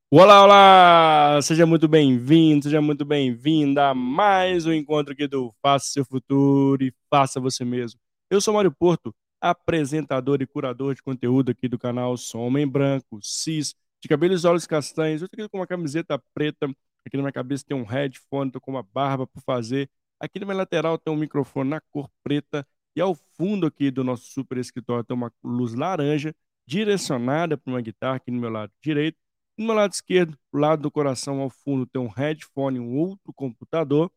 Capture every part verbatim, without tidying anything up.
Olá, olá! Seja muito bem-vindo, seja muito bem-vinda a mais um encontro aqui do Faça Seu Futuro e Faça Você Mesmo. Eu sou Mário Porto, apresentador e curador de conteúdo aqui do canal. Sou homem branco, cis, de cabelos e olhos castanhos. Eu tô aqui com uma camiseta preta, aqui na minha cabeça tem um headphone, tô com uma barba por fazer. Aqui na minha lateral tem um microfone na cor preta e ao fundo aqui do nosso super escritório tem uma luz laranja direcionada para uma guitarra aqui no meu lado direito. No meu lado esquerdo, do lado do coração, ao fundo, tem um headphone, um outro computador.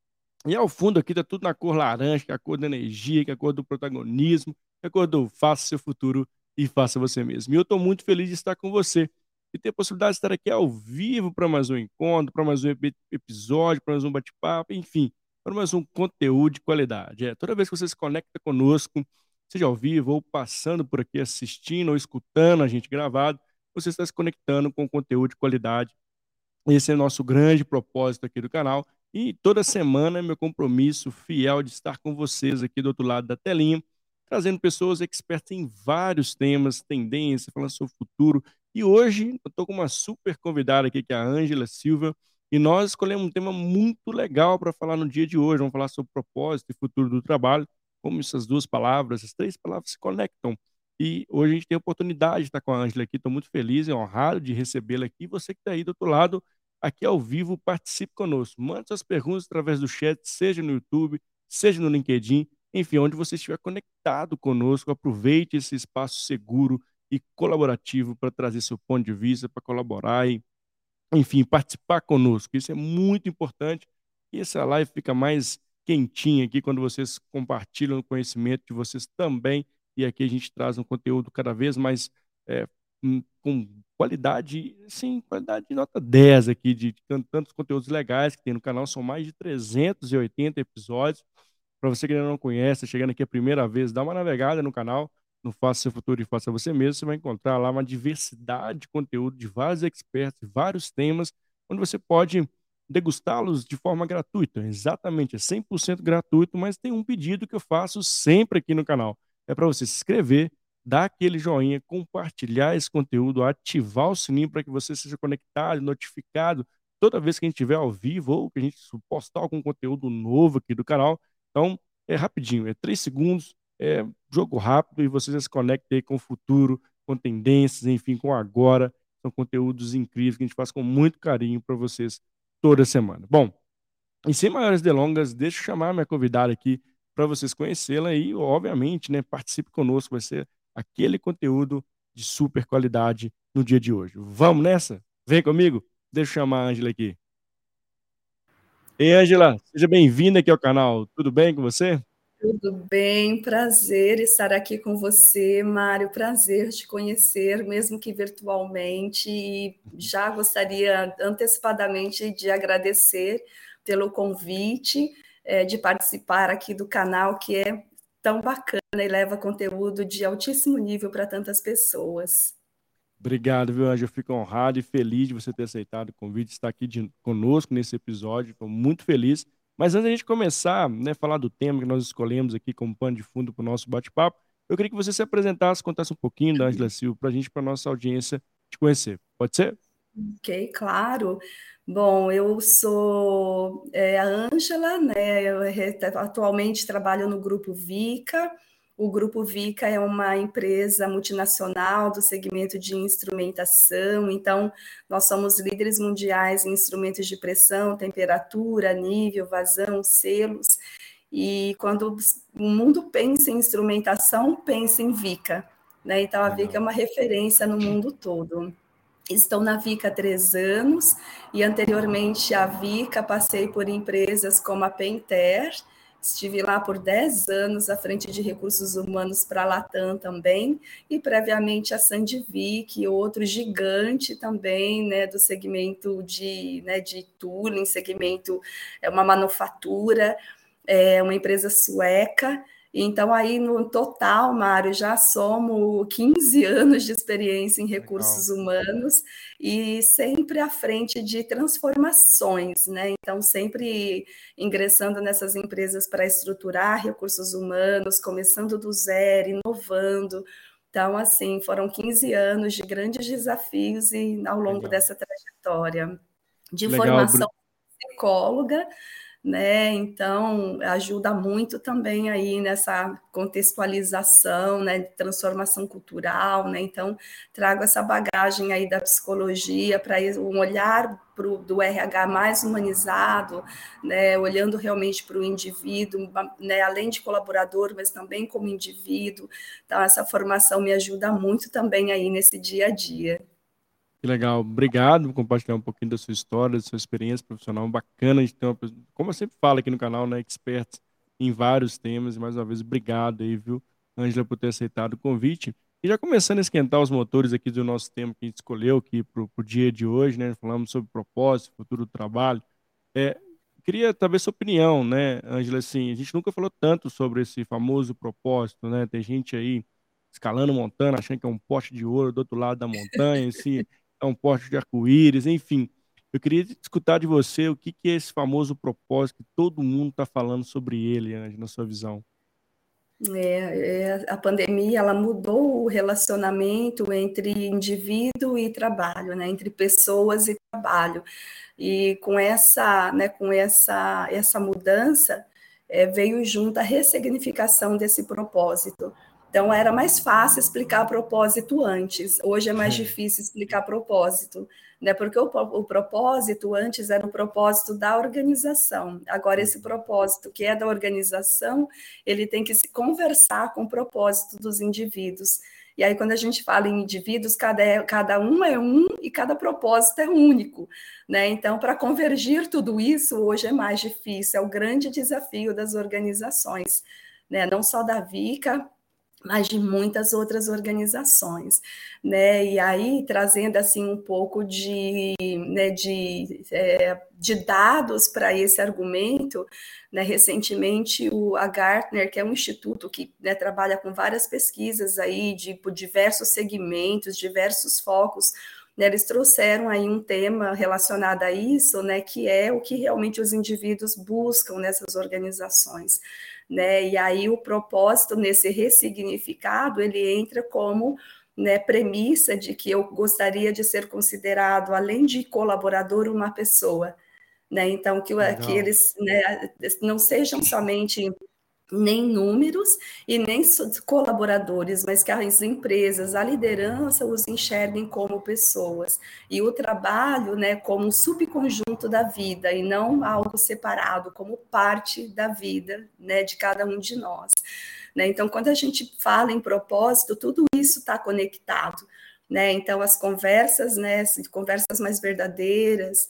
E ao fundo aqui tá tudo na cor laranja, que é a cor da energia, que é a cor do protagonismo, que é a cor do faça seu futuro e faça você mesmo. E eu estou muito feliz de estar com você e ter a possibilidade de estar aqui ao vivo para mais um encontro, para mais um ep- episódio, para mais um bate-papo, enfim, para mais um conteúdo de qualidade. É, toda vez que você se conecta conosco, seja ao vivo ou passando por aqui assistindo ou escutando a gente gravado, você está se conectando com conteúdo de qualidade. Esse é o nosso grande propósito aqui do canal. E toda semana é meu compromisso fiel de estar com vocês aqui do outro lado da telinha, trazendo pessoas expertas em vários temas, tendências, falando sobre o futuro. E hoje eu estou com uma super convidada aqui, que é a Ângela Silva, e nós escolhemos um tema muito legal para falar no dia de hoje. Vamos falar sobre propósito e futuro do trabalho, como essas duas palavras, essas três palavras se conectam. E hoje a gente tem a oportunidade de estar com a Ângela aqui. Estou muito feliz e honrado de recebê-la aqui. Você que está aí do outro lado, aqui ao vivo, participe conosco. Mande suas perguntas através do chat, seja no YouTube, seja no LinkedIn, enfim, onde você estiver conectado conosco, aproveite esse espaço seguro e colaborativo para trazer seu ponto de vista, para colaborar e, enfim, participar conosco. Isso é muito importante e essa live fica mais quentinha aqui quando vocês compartilham o conhecimento de vocês também. E aqui a gente traz um conteúdo cada vez mais é, hum, com qualidade, sim, qualidade de nota dez aqui, de tantos conteúdos legais que tem no canal. São mais de trezentos e oitenta episódios. Para você que ainda não conhece, chegando aqui a primeira vez, dá uma navegada no canal, no Faça Seu Futuro e Faça Você Mesmo. Você vai encontrar lá uma diversidade de conteúdo de vários experts, vários temas, onde você pode degustá-los de forma gratuita. Exatamente, é cem por cento gratuito, mas tem um pedido que eu faço sempre aqui no canal. É para você se inscrever, dar aquele joinha, compartilhar esse conteúdo, ativar o sininho para que você seja conectado, notificado toda vez que a gente estiver ao vivo ou que a gente postar algum conteúdo novo aqui do canal. Então, é rapidinho, é três segundos, é jogo rápido e você já se conecta aí com o futuro, com tendências, enfim, com agora. São conteúdos incríveis que a gente faz com muito carinho para vocês toda semana. Bom, e sem maiores delongas, deixa eu chamar minha convidada aqui para vocês conhecê-la e, obviamente, né, participe conosco, vai ser aquele conteúdo de super qualidade no dia de hoje. Vamos nessa? Vem comigo? Deixa eu chamar a Ângela aqui. Ei, Ângela, seja bem-vinda aqui ao canal. Tudo bem com você? Tudo bem, prazer estar aqui com você, Mário. Prazer te conhecer, mesmo que virtualmente. E já gostaria antecipadamente de agradecer pelo convite, eh, de participar aqui do canal, que é tão bacana e leva conteúdo de altíssimo nível para tantas pessoas. Obrigado, viu, Ângela? Eu fico honrado e feliz de você ter aceitado o convite, estar aqui de, conosco nesse episódio. Estou muito feliz. Mas antes da gente começar, né, falar do tema que nós escolhemos aqui como pano de fundo para o nosso bate-papo, eu queria que você se apresentasse, contasse um pouquinho da Ângela Silva para a gente, para a nossa audiência te conhecer. Pode ser? Ok, claro. Bom, eu sou é, a Ângela, né? Eu re- atualmente trabalho no Grupo Vica. O Grupo Vica é uma empresa multinacional do segmento de instrumentação, então nós somos líderes mundiais em instrumentos de pressão, temperatura, nível, vazão, selos. E quando o mundo pensa em instrumentação, pensa em Vica, né? Então a Vica é Legal. uma referência no mundo todo. Estou na Vica há três anos e anteriormente à Vica passei por empresas como a Pentair, estive lá por dez anos à frente de recursos humanos para a Latam também, e previamente a Sandvik, outro gigante também, né, do segmento de, né, de tooling, segmento, é uma manufatura, é uma empresa sueca. Então, aí, no total, Mário, já somos quinze anos de experiência em Legal. recursos humanos e sempre à frente de transformações, né? Então, sempre ingressando nessas empresas para estruturar recursos humanos, começando do zero, inovando, Então, assim, foram quinze anos de grandes desafios e ao longo Legal. dessa trajetória de Legal. formação psicóloga, né? Então, ajuda muito também aí nessa contextualização, né, de transformação cultural, né? Então, trago essa bagagem aí da psicologia para um olhar pro, do R H mais humanizado, né, olhando realmente para o indivíduo, né, além de colaborador, mas também como indivíduo. Então, essa formação me ajuda muito também aí nesse dia a dia. Que legal, obrigado por compartilhar um pouquinho da sua história, da sua experiência profissional bacana. A gente tem uma, como eu sempre falo aqui no canal, né, expert em vários temas. E mais uma vez, obrigado aí, viu, Ângela, por ter aceitado o convite. E já começando a esquentar os motores aqui do nosso tema que a gente escolheu aqui para o dia de hoje, né? Falamos sobre propósito, futuro do trabalho. É, queria saber sua opinião, né, Ângela? Assim, a gente nunca falou tanto sobre esse famoso propósito, né? Tem gente aí escalando montanha, achando que é um poste de ouro do outro lado da montanha, assim, é um poste de arco-íris, enfim. Eu queria escutar de você o que que é esse famoso propósito que todo mundo está falando sobre ele, Ângela, na sua visão. É, é, a pandemia ela mudou o relacionamento entre indivíduo e trabalho, né? Entre pessoas e trabalho. E com essa, né, com essa, essa mudança, é, veio junto a ressignificação desse propósito. Então, era mais fácil explicar propósito antes, hoje é mais É, difícil explicar propósito, né? Porque o, o propósito antes era o propósito da organização, agora esse exato. propósito que é da organização, ele tem que se conversar com o propósito dos indivíduos. E aí, quando a gente fala em indivíduos, cada, cada um é um e cada propósito é único, né? Então, para convergir tudo isso, hoje é mais difícil, é o grande desafio das organizações, né? Não só da Vica, mas de muitas outras organizações, né? E aí trazendo assim um pouco de, né, de, é, de dados para esse argumento, né? Recentemente o a Gartner, que é um instituto que, né, trabalha com várias pesquisas aí de por diversos segmentos, diversos focos, né, eles trouxeram aí um tema relacionado a isso, né, que é o que realmente os indivíduos buscam nessas organizações, né? E aí o propósito nesse ressignificado, ele entra como, né, premissa de que eu gostaria de ser considerado, além de colaborador, uma pessoa, né? Então, que, que Legal. eles, né, não sejam somente nem números e nem colaboradores, mas que as empresas, a liderança os enxerguem como pessoas e o trabalho, né, como um subconjunto da vida e não algo separado, como parte da vida, né, de cada um de nós, né? Então, quando a gente fala em propósito, tudo isso está conectado, né? Então, as conversas, né, conversas mais verdadeiras,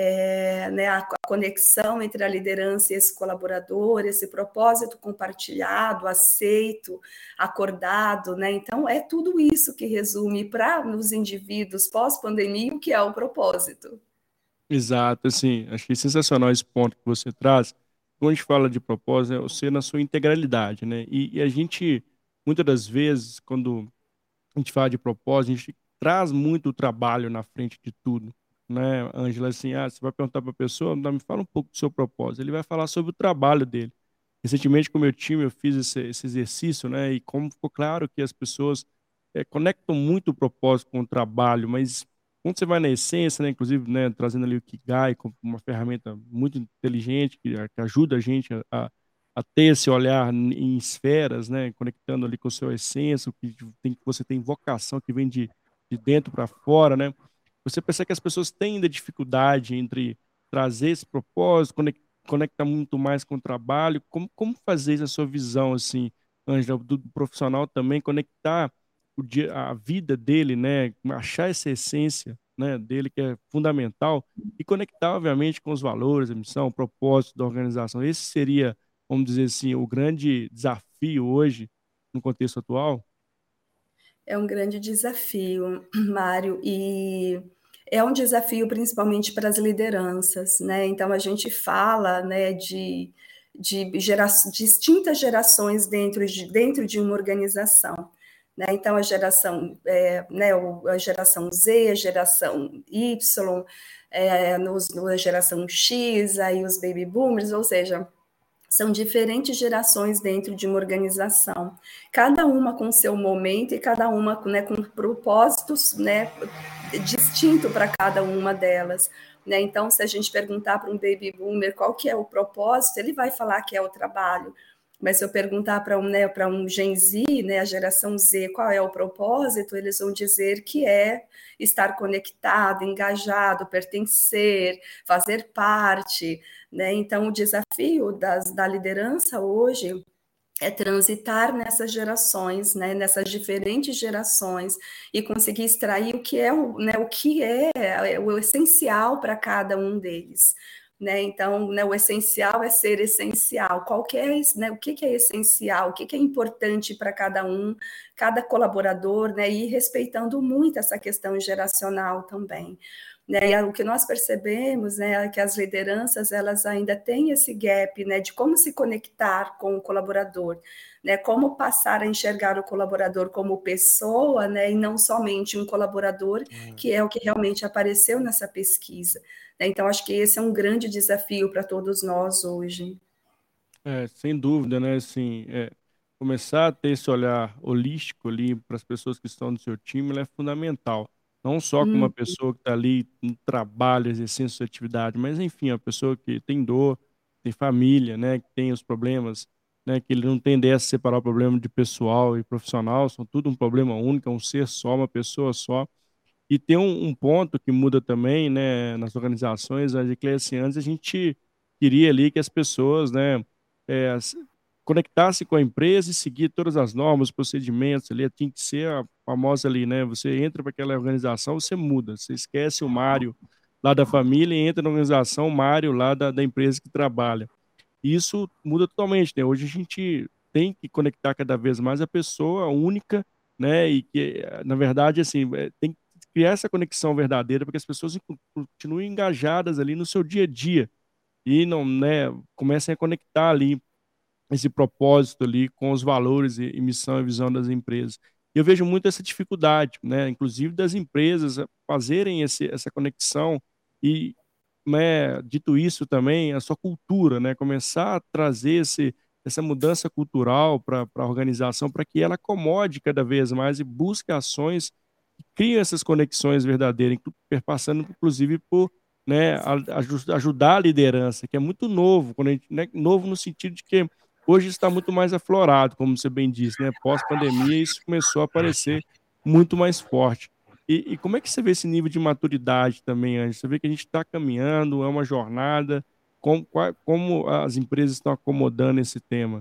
é, né, a, a conexão entre a liderança e esse colaborador, esse propósito compartilhado, aceito, acordado, né? Então, é tudo isso que resume para os indivíduos pós-pandemia o que é o propósito. Exato, assim, achei sensacional esse ponto que você traz. Quando a gente fala de propósito, é você na sua integralidade, né? E, e a gente, muitas das vezes, quando a gente fala de propósito, a gente traz muito o trabalho na frente de tudo, né, Ângela? Assim, ah, você vai perguntar para a pessoa, "Não, me fala um pouco do seu propósito." Ele vai falar sobre o trabalho dele. Recentemente, com o meu time, eu fiz esse, esse exercício, né? E como ficou claro que as pessoas eh, conectam muito o propósito com o trabalho, mas quando você vai na essência, né? Inclusive, né, trazendo ali o Ikigai como uma ferramenta muito inteligente que, que ajuda a gente a, a a ter esse olhar em esferas, né, conectando ali com a sua essência, o que tem, você tem vocação que vem de, de dentro para fora, né? Você percebe que as pessoas têm ainda dificuldade entre trazer esse propósito, conec- conecta muito mais com o trabalho. Como, como fazer isso na sua visão, assim, Ângela, do, do profissional também, conectar o dia, a vida dele, né, achar essa essência, né, dele que é fundamental e conectar, obviamente, com os valores, a missão, o propósito da organização. Esse seria, vamos dizer assim, o grande desafio hoje no contexto atual? É um grande desafio, Mário, e é um desafio principalmente para as lideranças, né? Então a gente fala, né, de, de gera, distintas gerações dentro de, dentro de uma organização. Né? Então a geração, é, né, a geração Z, a geração Y, é, nos, a geração X, aí os baby boomers, ou seja, São diferentes gerações dentro de uma organização, cada uma com seu momento e cada uma, né, com propósitos, né, distinto para cada uma delas. Né? Então, se a gente perguntar para um baby boomer qual que é o propósito, ele vai falar que é o trabalho. Mas se eu perguntar para um, né, para um Gen Z, né, a geração Z, qual é o propósito, eles vão dizer que é estar conectado, engajado, pertencer, fazer parte. Né? Então, o desafio das, da liderança hoje é transitar nessas gerações, né, nessas diferentes gerações, e conseguir extrair o que é o, né, o que é o essencial para cada um deles. Né? Então, né, o essencial é ser essencial. Qual que é, né, o que, que é essencial? O que, que é importante para cada um, cada colaborador, né? E respeitando muito essa questão geracional também. Né, e o que nós percebemos, né, é que as lideranças elas ainda têm esse gap, né, de como se conectar com o colaborador, né, como passar a enxergar o colaborador como pessoa, né, e não somente um colaborador, que é o que realmente apareceu nessa pesquisa. Né. Então, acho que esse é um grande desafio para todos nós hoje. É, sem dúvida, né? Assim, é, começar a ter esse olhar holístico ali para as pessoas que estão no seu time, ela é fundamental. Não só como uma Hum, pessoa que está ali no trabalho, exercendo sua atividade, mas enfim, a pessoa que tem dor, tem família, né? Que tem os problemas, né? Que ele não tem dessa de separar o problema de pessoal e profissional, são tudo um problema único, é um ser só, uma pessoa só. E tem um, um ponto que muda também, né, nas organizações, a que assim, antes a gente queria ali que as pessoas, né, é, s- conectassem com a empresa e seguir todas as normas, procedimentos ali, tinha que ser a famosa ali, né, você entra para aquela organização, você muda, você esquece o Mário lá da família e entra na organização, o Mário lá da, da empresa que trabalha. E isso muda totalmente, né, hoje a gente tem que conectar cada vez mais a pessoa única, né, e que, eh, na verdade, assim, eh, tem criar essa conexão verdadeira para que as pessoas con- continuem engajadas ali no seu dia a dia e não, né, comecem a conectar ali esse propósito ali com os valores e, e missão e visão das empresas. Eu vejo muito essa dificuldade, né, inclusive das empresas a fazerem esse, essa conexão e, né, dito isso também, a sua cultura, né, começar a trazer esse, essa mudança cultural para a organização, para que ela acomode cada vez mais e busque ações que criem essas conexões verdadeiras, inclu- perpassando inclusive por, né, a- aju- ajudar a liderança, que é muito novo, quando a gente, né, novo no sentido de que hoje está muito mais aflorado, como você bem disse, né? Pós-pandemia, isso começou a aparecer muito mais forte. E, e como é que você vê esse nível de maturidade também, Anjo? Você vê que a gente está caminhando, é uma jornada, como, qua- como as empresas estão acomodando esse tema?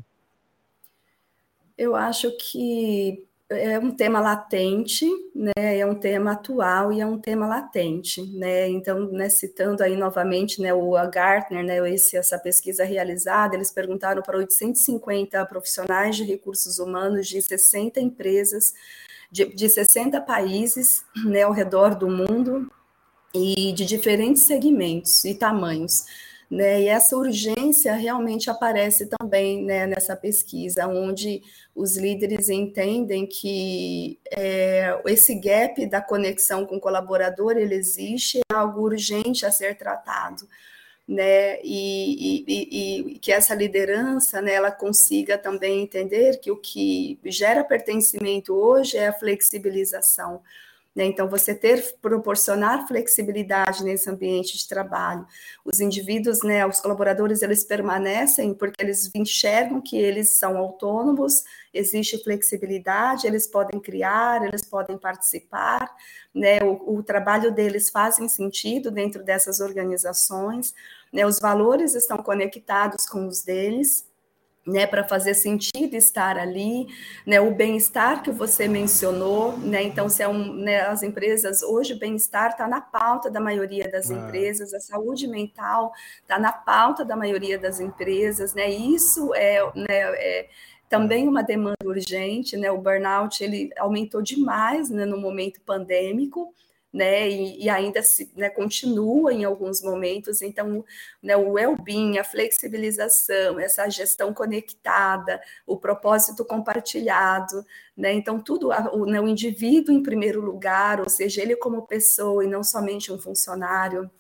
Eu acho que é um tema latente, né? É um tema atual e é um tema latente, né? Então, né, citando aí novamente, né, o Gartner, né, esse, essa pesquisa realizada, eles perguntaram para oitocentos e cinquenta profissionais de recursos humanos de sessenta empresas, de, de sessenta países, né, ao redor do mundo, e de diferentes segmentos e tamanhos. Né? E essa urgência realmente aparece também, né, nessa pesquisa, onde os líderes entendem que é, esse gap da conexão com o colaborador ele existe, é algo urgente a ser tratado. Né, e, e, e, que essa liderança, né, ela consiga também entender que o que gera pertencimento hoje é a flexibilização. Né? Então, você ter, proporcionar flexibilidade nesse ambiente de trabalho. Os indivíduos, né, os colaboradores, eles permanecem porque eles enxergam que eles são autônomos, existe flexibilidade, eles podem criar, eles podem participar, né, o, o trabalho deles faz sentido dentro dessas organizações, né, os valores estão conectados com os deles, né, para fazer sentido estar ali, né, o bem-estar que você mencionou, né, então se é um, né, as empresas hoje o bem-estar está na pauta da maioria das Ah, empresas, a saúde mental está na pauta da maioria das empresas, né, isso é, né, é também uma demanda urgente, né, o burnout ele aumentou demais, né, no momento pandêmico, né, e, e ainda se, né, continua em alguns momentos, então né, o well-being, a flexibilização, essa gestão conectada, o propósito compartilhado, né? Então, tudo, o, né, o indivíduo em primeiro lugar, ou seja, ele como pessoa e não somente um funcionário,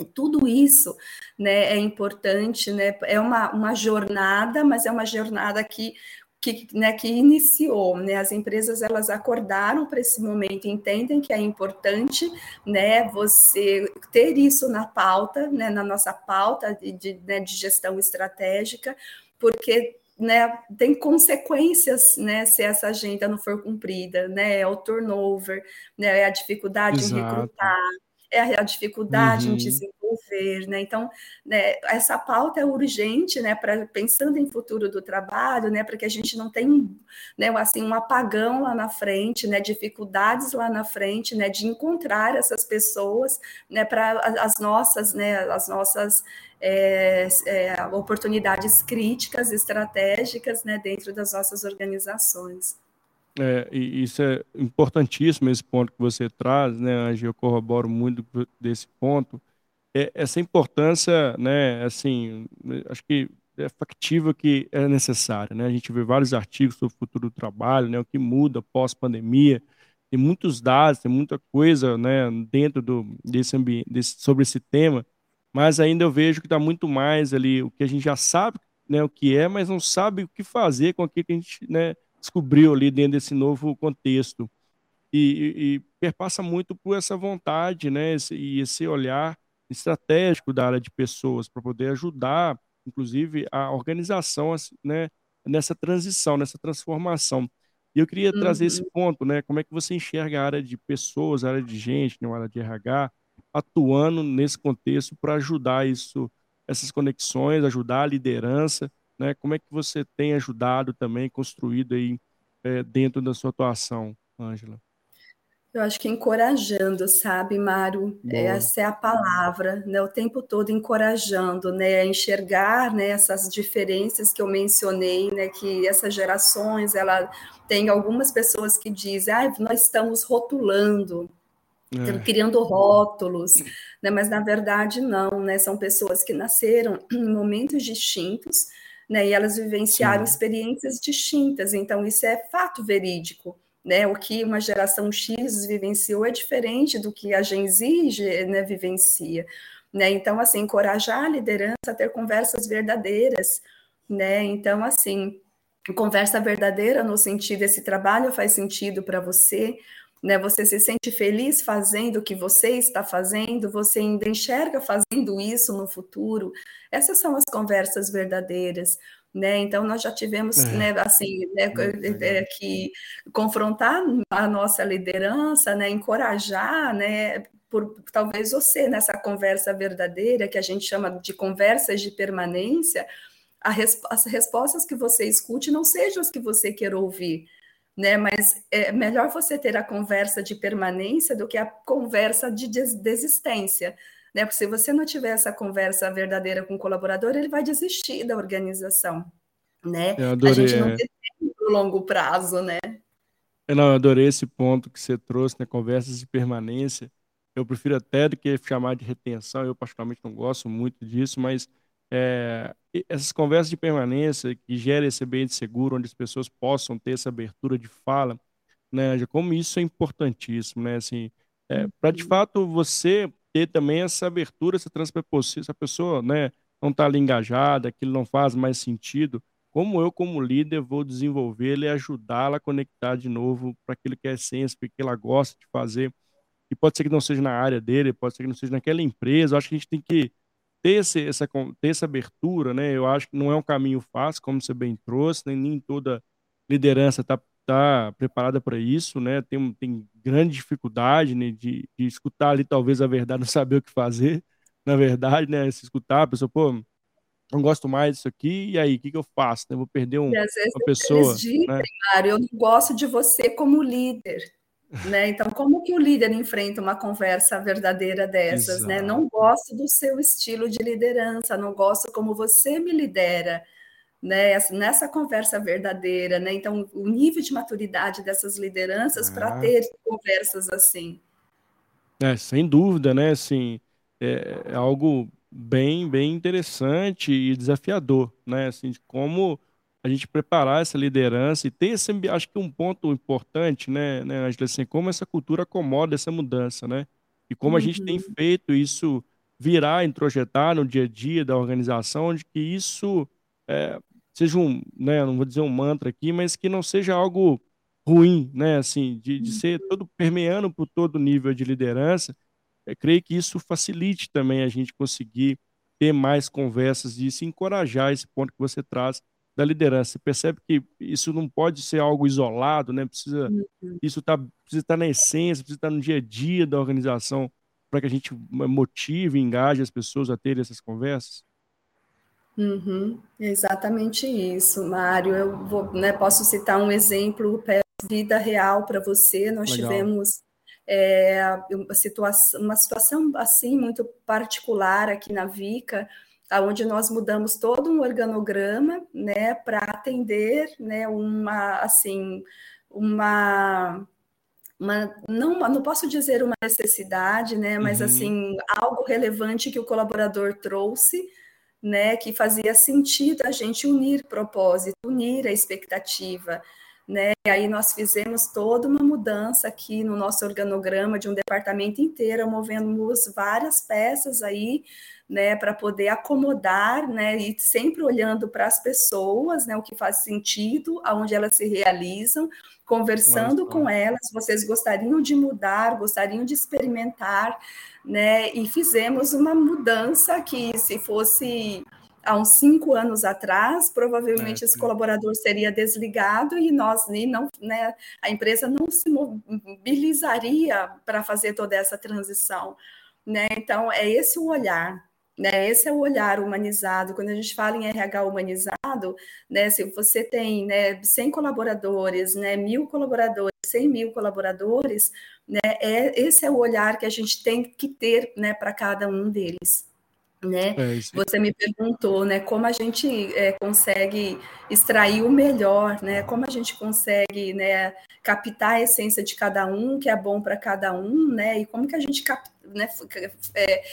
Tudo isso, né, é importante, né, é uma, uma jornada, mas é uma jornada que, que, né, que iniciou, né, as empresas elas acordaram para esse momento, entendem que é importante, né, você ter isso na pauta, né, na nossa pauta de, de, né, de gestão estratégica, porque né, tem consequências, né, se essa agenda não for cumprida, né, é o turnover, né, é a dificuldade em Exato. recrutar, é a dificuldade em Uhum. desenvolver, né? Então, né, essa pauta é urgente, né, para pensando em futuro do trabalho, né, para que a gente não tenha, né, assim, um apagão lá na frente, né, dificuldades lá na frente, né, de encontrar essas pessoas, né, para as nossas, né, as nossas é, é, oportunidades críticas, estratégicas, né, dentro das nossas organizações. É, e isso é importantíssimo, esse ponto que você traz, né, Angie? Eu corroboro muito desse ponto. É, essa importância, né, assim, acho que é factível que é necessária, né? A gente vê vários artigos sobre o futuro do trabalho, né, o que muda pós-pandemia, tem muitos dados, tem muita coisa, né, dentro do, desse ambiente, desse, sobre esse tema, mas ainda eu vejo que está muito mais ali o que a gente já sabe, né, o que é, mas não sabe o que fazer com aquilo que a gente, né, descobriu ali dentro desse novo contexto. E, e, e perpassa muito por essa vontade, né, esse, e esse olhar estratégico da área de pessoas para poder ajudar, inclusive, a organização, assim, né, nessa transição, nessa transformação. E eu queria trazer esse Uhum. ponto, né, como é que você enxerga a área de pessoas, a área de gente, né, a área de R H, atuando nesse contexto para ajudar isso, essas conexões, ajudar a liderança, né, como é que você tem ajudado também, construído aí eh, dentro da sua atuação, Ângela? Eu acho que encorajando, sabe, Mário? Boa. Essa é a palavra, né? O tempo todo encorajando, né? A enxergar, né, essas diferenças que eu mencionei, né? Que essas gerações, ela tem algumas pessoas que dizem, ah, nós estamos rotulando, É, criando rótulos, né? Mas na verdade não, né? São pessoas que nasceram em momentos distintos, né? E elas vivenciaram sim. experiências distintas. Então isso é fato verídico. Né, o que uma geração X vivenciou é diferente do que a Gen Z, né, vivencia. Né? Então, assim, encorajar a liderança a ter conversas verdadeiras. Né? Então, assim, conversa verdadeira no sentido, esse trabalho faz sentido para você, né? Você se sente feliz fazendo o que você está fazendo, você ainda enxerga fazendo isso no futuro. Essas são as conversas verdadeiras. Né? Então nós já tivemos, né, É, assim, né, muito é, legal. que confrontar a nossa liderança, né, encorajar, né, por talvez você nessa conversa verdadeira que a gente chama de conversas de permanência, res, as respostas que você escute não sejam as que você quer ouvir, né? Mas é melhor você ter a conversa de permanência do que a conversa de des desistência, né? Porque se você não tiver essa conversa verdadeira com o colaborador, ele vai desistir da organização, né? Eu A adorei, gente não é. tem tempo para o longo prazo, né? Eu, não, eu adorei esse ponto que você trouxe, né, conversas de permanência. Eu prefiro até do que chamar de retenção, eu particularmente não gosto muito disso, mas é, e- essas conversas de permanência que gerem esse ambiente seguro, onde as pessoas possam ter essa abertura de fala, né, Ângela, como isso é importantíssimo, né, assim, é, para de Uhum. fato você ter também essa abertura, essa transposição, se a pessoa, né, não está ali engajada, aquilo não faz mais sentido, como eu, como líder, vou desenvolvê-la e ajudá-la a conectar de novo para aquilo que é essência, para que ela gosta de fazer, e pode ser que não seja na área dele, pode ser que não seja naquela empresa, eu acho que a gente tem que ter, esse, essa, con- ter essa abertura, né, eu acho que não é um caminho fácil, como você bem trouxe, nem, nem toda liderança está tá preparada para isso, né? Tem, um- tem grande dificuldade, né, de, de escutar ali talvez a verdade, não saber o que fazer, na verdade, né? Se escutar, a pessoa, pô, não gosto mais disso aqui, e aí, o que que eu faço? Né? Eu vou perder um- E às vezes uma eles pessoa, dizem, né? Mário, eu não gosto de você como líder. Né? Então, como que o líder enfrenta uma conversa verdadeira dessas? Né? Não Exato. gosto do seu estilo de liderança, não gosto como você me lidera. Né? Nessa conversa verdadeira, né? Então, o nível de maturidade dessas lideranças para Ah, ter conversas assim. é, sem dúvida, né? Assim, é, é algo bem, bem interessante e desafiador, né? Assim, de como a gente preparar essa liderança e ter esse, ambi- acho que um ponto importante, né, né, Angela, assim, como essa cultura acomoda essa mudança, né? E como a gente tem Uhum. feito isso virar, introjetar no dia a dia da organização, onde que isso é, seja um, né, não vou dizer um mantra aqui, mas que não seja algo ruim, né, assim, de, de ser todo permeando por todo nível de liderança. Eu creio que isso facilite também a gente conseguir ter mais conversas e se encorajar esse ponto que você traz da liderança. Você percebe que isso não pode ser algo isolado, né? Precisa, Uhum. isso tá, precisa estar na essência, precisa estar no dia a dia da organização para que a gente motive e engaje as pessoas a terem essas conversas. Uhum, exatamente isso, Mário. Eu vou, né, posso citar um exemplo pé vida real para você. Nós Legal. tivemos é, uma situação, uma situação assim muito particular aqui na Vica, onde nós mudamos todo um organograma, né, para atender, né, uma assim uma uma, não, não posso dizer uma necessidade, né, mas Uhum. assim algo relevante que o colaborador trouxe, né, que fazia sentido a gente unir propósito, unir a expectativa, né? E aí nós fizemos toda uma mudança aqui no nosso organograma de um departamento inteiro, movemos várias peças aí, né, para poder acomodar, né, e sempre olhando para as pessoas, né, o que faz sentido, aonde elas se realizam, Olha conversando só. com elas, vocês gostariam de mudar, gostariam de experimentar, né? E fizemos uma mudança que, se fosse há uns cinco anos atrás, É, provavelmente esse sim. colaborador seria desligado e nós nem não, né? A empresa não se mobilizaria para fazer toda essa transição, né? Então é esse o olhar. Né, esse é o olhar humanizado. Quando a gente fala em R H humanizado, né, se você tem, né, cem colaboradores, né, mil colaboradores, cem mil colaboradores, né, é, esse é o olhar que a gente tem que ter, né, para cada um deles. Né? É, isso aí. Você me perguntou, né, como a gente é, consegue extrair o melhor, né, como a gente consegue, né, captar a essência de cada um, que é bom para cada um, né, e como que a gente cap, né, é,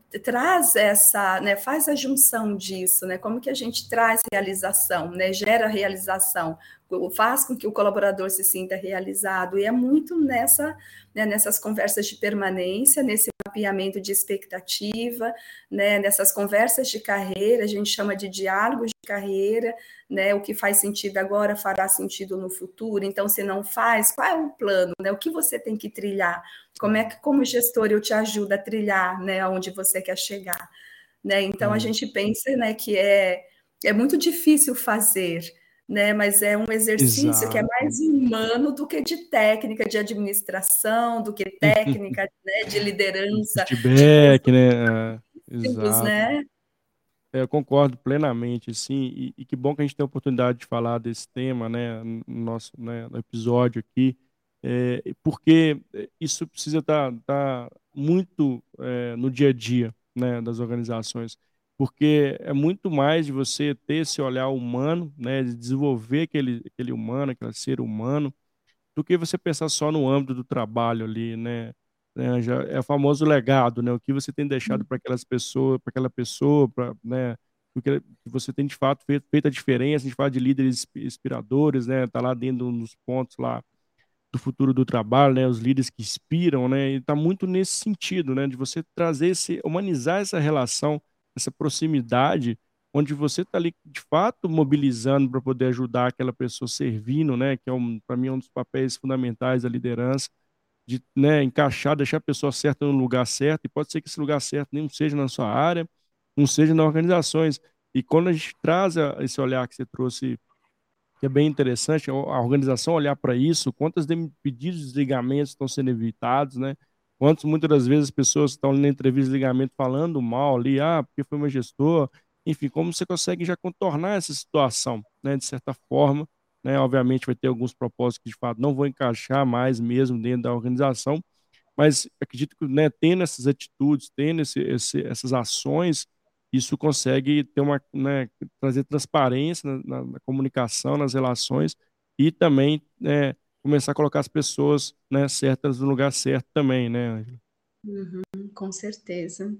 traz essa, né, faz a junção disso, né, como que a gente traz realização, né, gera realização, faz com que o colaborador se sinta realizado, e é muito nessa, né, nessas conversas de permanência, nesse mapeamento de expectativa, né, nessas conversas de carreira, a gente chama de diálogos de carreira, né, o que faz sentido agora fará sentido no futuro, então se não faz, qual é o plano, né, o que você tem que trilhar, como é que como gestor eu te ajudo a trilhar, né, aonde você quer chegar, né, então a É. gente pensa, né, que é, é muito difícil fazer, né, mas é um exercício que é Exato. mais humano do que de técnica de administração, do que técnica, né, de liderança, de Feedback, né? É, positivos, exato. né? É, eu concordo plenamente, assim, e, e que bom que a gente tem a oportunidade de falar desse tema, né, no nosso, né, no episódio aqui, é, porque isso precisa estar tá, tá muito é, no dia a dia, né, das organizações, porque é muito mais de você ter esse olhar humano, né, de desenvolver aquele, aquele humano, aquele ser humano, do que você pensar só no âmbito do trabalho ali, né? Né, já é o famoso legado, né? O que você tem deixado para aquelas pessoas, para aquela pessoa, para, né? O que você tem de fato feito, feito a diferença. A gente fala de líderes inspiradores, né? Tá lá dentro dos pontos lá do futuro do trabalho, né? Os líderes que inspiram, né? E tá muito nesse sentido, né? De você trazer esse, humanizar essa relação, essa proximidade, onde você tá ali de fato mobilizando para poder ajudar aquela pessoa, servindo, né? Que é um, para mim é um dos papéis fundamentais da liderança, de, né? Encaixar, deixar a pessoa certa no lugar certo. E pode ser que esse lugar certo nem seja na sua área, não seja nas organizações. E quando a gente traz a- esse olhar que você trouxe, que é bem interessante, a organização olhar para isso, quantos de- pedidos de desligamentos estão sendo evitados, né? Quantos, muitas das vezes, as pessoas estão ali na entrevista de desligamento falando mal ali, ah, porque foi meu gestor, enfim, como você consegue já contornar essa situação, né, de certa forma, né? Obviamente vai ter alguns propósitos que, de fato, não vão encaixar mais mesmo dentro da organização, mas acredito que, né, tendo essas atitudes, tendo esse, esse, essas ações, isso consegue ter uma, né, trazer transparência na, na- na comunicação, nas relações e também, né, começar a colocar as pessoas, né, certas no lugar certo também, né, Ângela? Uhum, com certeza,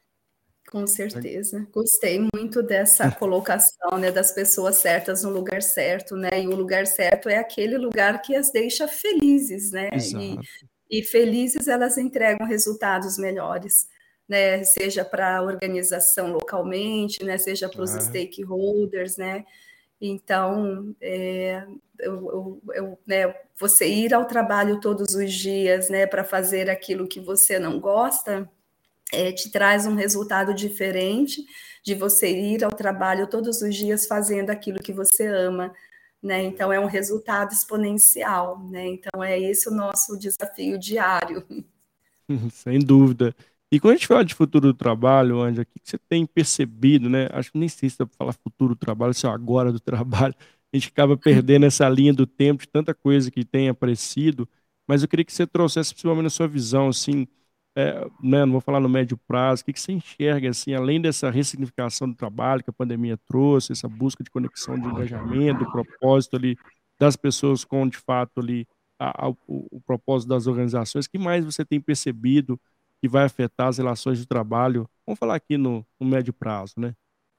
com certeza. Gostei muito dessa colocação, né, das pessoas certas no lugar certo, né? E o lugar certo é aquele lugar que as deixa felizes, né? E, Exato. e felizes elas entregam resultados melhores, né, seja para a organização localmente, né, seja para os É. stakeholders, né? Então, é, eu, eu, eu, né, você ir ao trabalho todos os dias, né, para fazer aquilo que você não gosta, é, te traz um resultado diferente de você ir ao trabalho todos os dias fazendo aquilo que você ama, né? Então, é um resultado exponencial, né? Então, é esse o nosso desafio diário. Sem dúvida. E quando a gente fala de futuro do trabalho, Ângela, o que que você tem percebido, né? Acho que nem sei se dá para falar futuro do trabalho, se é o agora do trabalho. A gente acaba perdendo essa linha do tempo de tanta coisa que tem aparecido, mas eu queria que você trouxesse, principalmente na sua visão, assim, é, né, não vou falar no médio prazo, o que que você enxerga, assim, além dessa ressignificação do trabalho que a pandemia trouxe, essa busca de conexão, de engajamento, do propósito ali das pessoas com, de fato, ali a- a- o, o propósito das organizações, que mais você tem percebido que vai afetar as relações de trabalho? Vamos falar aqui no, no médio prazo, né?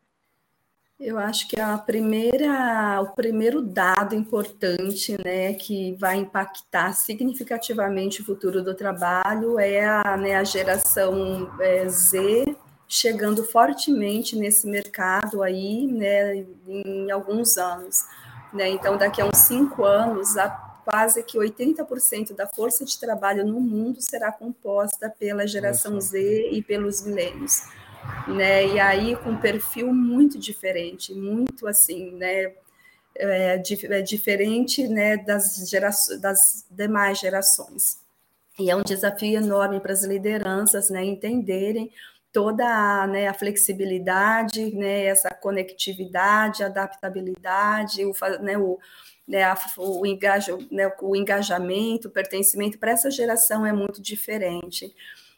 Eu acho que a primeira, o primeiro dado importante, né, que vai impactar significativamente o futuro do trabalho é a, né, a geração é, Z chegando fortemente nesse mercado aí, né, em alguns anos, né? Então, daqui a uns cinco anos, a, quase que oitenta por cento da força de trabalho no mundo será composta pela Olha geração só. Z e pelos milênios, né? E aí com um perfil muito diferente, muito assim, né? É, é diferente, né, das, gerações, das demais gerações. E é um desafio enorme para as lideranças, né, entenderem toda a, né, a flexibilidade, né, essa conectividade, adaptabilidade, o, né, o, né, a, o, engajo, né, o engajamento, o pertencimento para essa geração é muito diferente.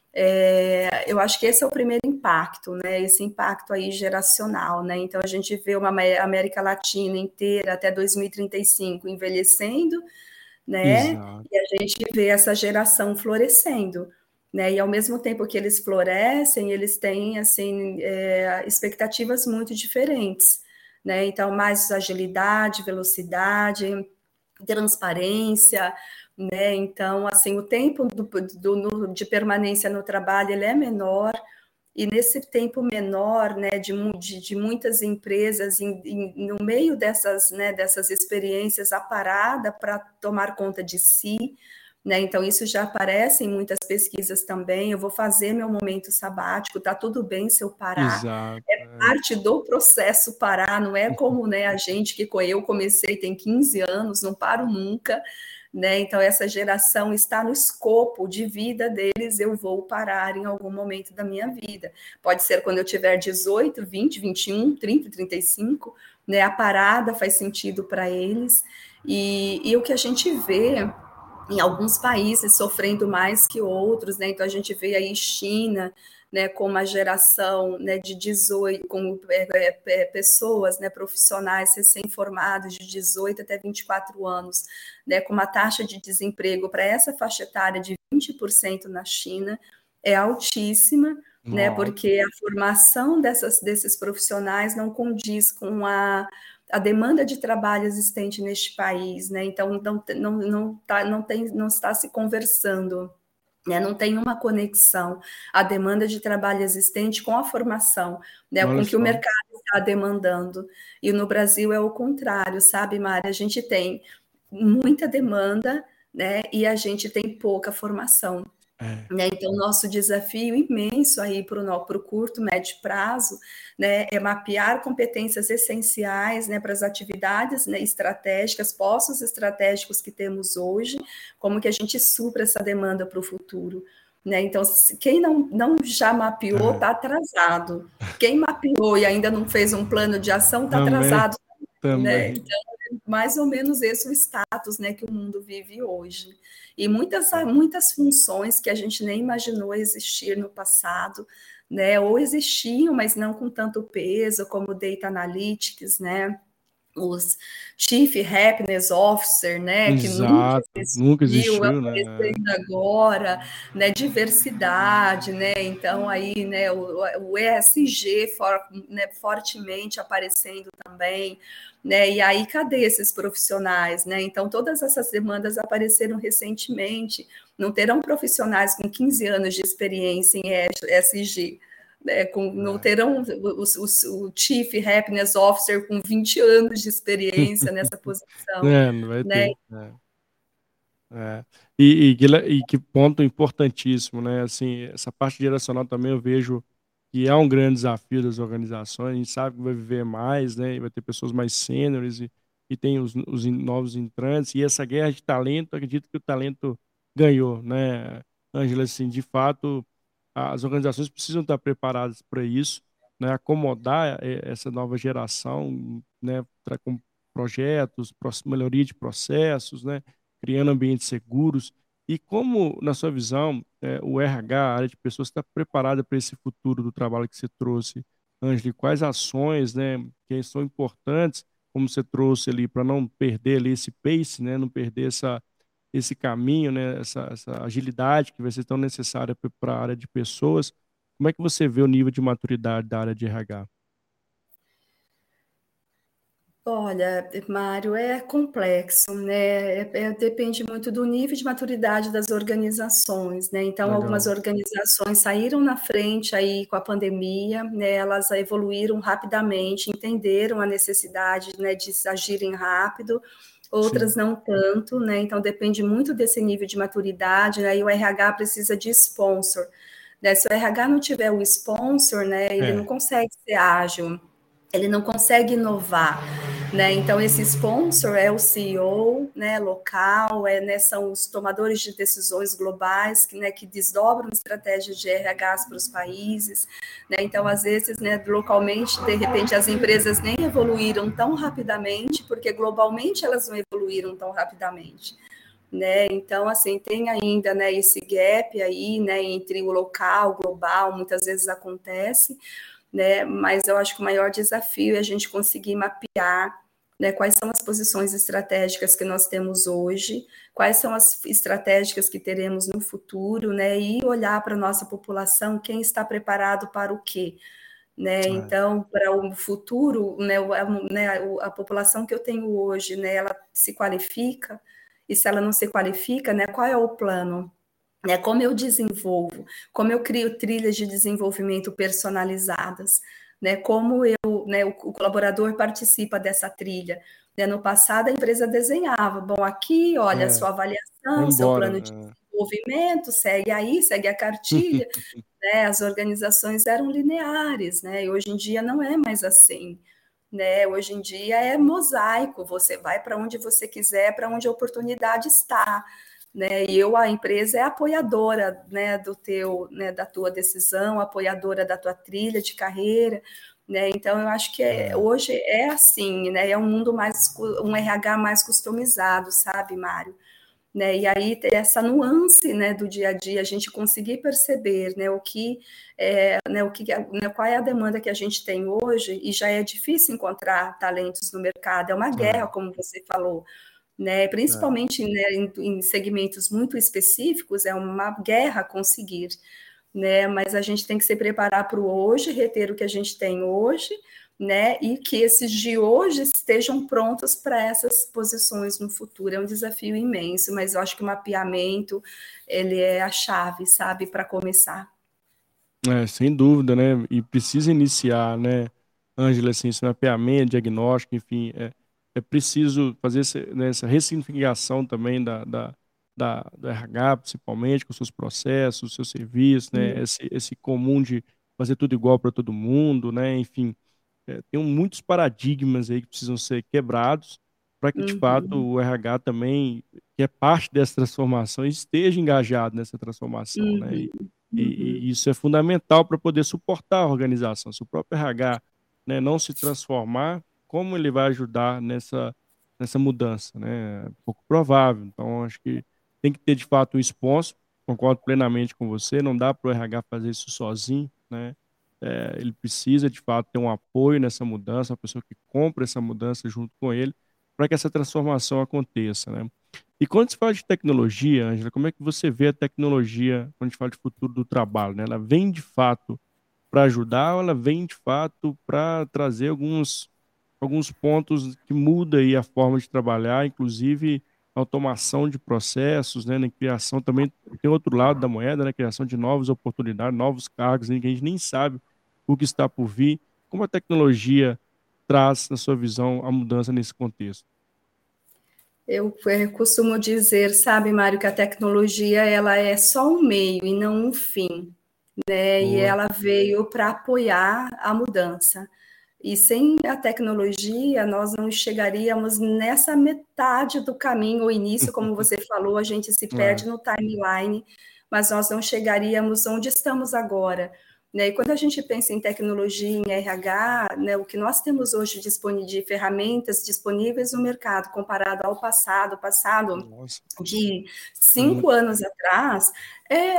É, eu acho que esse é o primeiro impacto, né? Esse impacto aí geracional, né? Então a gente vê uma América Latina inteira até dois mil e trinta e cinco envelhecendo, né? Exato. E a gente vê essa geração florescendo, né? E ao mesmo tempo que eles florescem, eles têm assim é, expectativas muito diferentes, né? Então mais agilidade, velocidade, transparência, né? Então, assim, o tempo do, do, de permanência no trabalho ele é menor, e nesse tempo menor, né, de, de, de muitas empresas, em, em, no meio dessas, né, dessas experiências, a parada para tomar conta de si, né? Então, isso já aparece em muitas pesquisas também. Eu vou fazer meu momento sabático, tá tudo bem se eu parar. Exato. É É. parte do processo parar, não é como, né, a gente que eu comecei tem quinze anos, não paro nunca, né? Então, essa geração está no escopo de vida deles, eu vou parar em algum momento da minha vida. Pode ser quando eu tiver dezoito, vinte, vinte e um, trinta, trinta e cinco, né? A parada faz sentido para eles. E, e o que a gente vê em alguns países sofrendo mais que outros, né? Então a gente vê aí China, né, com uma geração, né, de dezoito, com é, é, pessoas, né, profissionais recém-formados de dezoito até vinte e quatro anos, né, com uma taxa de desemprego para essa faixa etária de vinte por cento na China, é altíssima, né, Nossa. porque a formação dessas, desses profissionais não condiz com a a demanda de trabalho existente neste país, né? Então não, não, não, tá, não, tem, não está se conversando, né? Não tem uma conexão a demanda de trabalho existente com a formação, né? Com Olha o que o só. mercado está demandando. E no Brasil é o contrário, sabe, Mari? A gente tem muita demanda, né? E a gente tem pouca formação. É. Né? Então, nosso desafio imenso aí para o curto, médio prazo, né, é mapear competências essenciais, né, para as atividades, né, estratégicas, postos estratégicos que temos hoje, como que a gente supra essa demanda para o futuro. Né? Então, quem não, não já mapeou É. está atrasado. Quem mapeou e ainda não fez um plano de ação está Também, atrasado. Né? também. Então, mais ou menos esse é o status, né, que o mundo vive hoje. E muitas, É. muitas funções que a gente nem imaginou existir no passado, né, ou existiam, mas não com tanto peso, como Data Analytics, né, os Chief Happiness Officer, né, que nunca Exato. Nunca existiu, existiu, né? aparecendo agora, né, diversidade, né, então aí, né, o, o E S G for, né, fortemente aparecendo também, né, e aí cadê esses profissionais, né, então todas essas demandas apareceram recentemente, Não terão profissionais com quinze anos de experiência em E S G. Né, com, não terão o, o, o Chief Happiness Officer com vinte anos de experiência nessa posição. É, não vai Né? ter. É. É. E, e, que le- e que ponto importantíssimo, né? Assim, essa parte geracional também eu vejo que é um grande desafio das organizações. A gente sabe que vai viver mais, né? E vai ter pessoas mais sêniores e, e tem os, os in- novos entrantes. E essa guerra de talento, acredito que o talento ganhou, né, Ângela? Assim, de fato, as organizações precisam estar preparadas para isso, né? Acomodar eh, essa nova geração, né? Tra- com projetos, pro- melhoria de processos, né? Criando ambientes seguros. E como, na sua visão, eh, o R H, a área de pessoas, está preparada para esse futuro do trabalho que você trouxe, Ângela? E quais ações, né, que são importantes, como você trouxe ali, para não perder ali esse pace, né, não perder essa, esse caminho, né, essa, essa agilidade que vai ser tão necessária para a área de pessoas. Como é que você vê o nível de maturidade da área de R H? Olha, Mário, é complexo, né? É- é- depende muito do nível de maturidade das organizações, né? Então, algumas Legal. organizações saíram na frente aí com a pandemia, né? Elas evoluíram rapidamente, entenderam a necessidade, né, de agirem rápido. Sim. Outras não tanto, né? Então, depende muito desse nível de maturidade, né? E o R H precisa de sponsor, né? Se o R H não tiver o sponsor, né, ele não É. consegue ser ágil, ele não consegue inovar, né? Então esse sponsor é o C E O, né, local, é, né, são os tomadores de decisões globais que, né, que desdobram estratégias de R Hs para os países, né? Então às vezes, né, localmente, de repente as empresas nem evoluíram tão rapidamente, porque globalmente elas não evoluíram tão rapidamente. Né? Então, assim, tem ainda, né, esse gap aí, né, entre o local, o global, muitas vezes acontece, né? Mas eu acho que o maior desafio é a gente conseguir mapear, né, quais são as posições estratégicas que nós temos hoje, quais são as estratégicas que teremos no futuro, né? E olhar para a nossa população, quem está preparado para o quê? Né? É. Então, para o futuro, né, a, né, a população que eu tenho hoje, né, ela se qualifica, e se ela não se qualifica, né, qual é o plano? Né, como eu desenvolvo, como eu crio trilhas de desenvolvimento personalizadas, né, como eu, né, o, o colaborador participa dessa trilha. Né, no passado, a empresa desenhava, bom, aqui, olha, É. sua Vai avaliação, seu plano de embora. desenvolvimento, segue aí, segue a cartilha, né, as organizações eram lineares, né, e hoje em dia não é mais assim. Né, hoje em dia é mosaico, você vai para onde você quiser, para onde a oportunidade está. Né, e eu, a empresa é apoiadora, né, do teu, né, da tua decisão, apoiadora da tua trilha de carreira, né, então eu acho que é, É. hoje é assim, né, é um mundo mais, um R H mais customizado, sabe, Mário? Né, e aí ter essa nuance, né, do dia a dia, a gente conseguir perceber, né, o que, é, né, o que, né, qual é a demanda que a gente tem hoje, e já é difícil encontrar talentos no mercado, é uma guerra, É. como você falou, né, É. principalmente, né, em, em segmentos muito específicos, é uma guerra conseguir, né, mas a gente tem que se preparar para o hoje, reter o que a gente tem hoje, né, e que esses de hoje estejam prontos para essas posições no futuro. É um desafio imenso, mas eu acho que o mapeamento, ele é a chave, sabe, para começar. É, sem dúvida, né? E precisa iniciar, né, Ângela, assim, esse mapeamento, diagnóstico, enfim, é, é preciso fazer essa, né, essa ressignificação também da, da, da, do R H, principalmente, com seus processos, seus serviços, né? Esse, esse comum de fazer tudo igual para todo mundo, né? Enfim, é, tem muitos paradigmas aí que precisam ser quebrados para que, de fato, Uhum, o R H também, que é parte dessa transformação, esteja engajado nessa transformação, né? uhum, E, uhum, e- e isso é fundamental para poder suportar a organização. Se o próprio R H, né, não se transformar, como ele vai ajudar nessa, nessa mudança, né? É pouco provável. Então, acho que tem que ter, de fato, um sponsor. Concordo plenamente com você. Não dá para o R H fazer isso sozinho, né? É, ele precisa, de fato, ter um apoio nessa mudança, uma pessoa que compra essa mudança junto com ele, para que essa transformação aconteça, né? E quando se fala de tecnologia, Ângela, como é que você vê a tecnologia quando a gente fala de futuro do trabalho, né? Ela vem, de fato, para ajudar ou ela vem, de fato, para trazer alguns, alguns pontos que muda aí a forma de trabalhar, inclusive automação de processos, né, na criação também tem outro lado da moeda, né, criação de novas oportunidades, novos cargos, né, que a gente nem sabe o que está por vir. Como a tecnologia traz, na sua visão, a mudança nesse contexto? Eu, eu costumo dizer, sabe, Mário, que a tecnologia ela é só um meio e não um fim, né? E Boa. ela veio para apoiar a mudança. E sem a tecnologia, nós não chegaríamos nessa metade do caminho, o início, como você falou, a gente se É, perde no timeline, mas nós não chegaríamos onde estamos agora. Né? E quando a gente pensa em tecnologia, em R H, né, o que nós temos hoje disponível, de ferramentas disponíveis no mercado, comparado ao passado, passado nossa, de é cinco muito. anos atrás, é,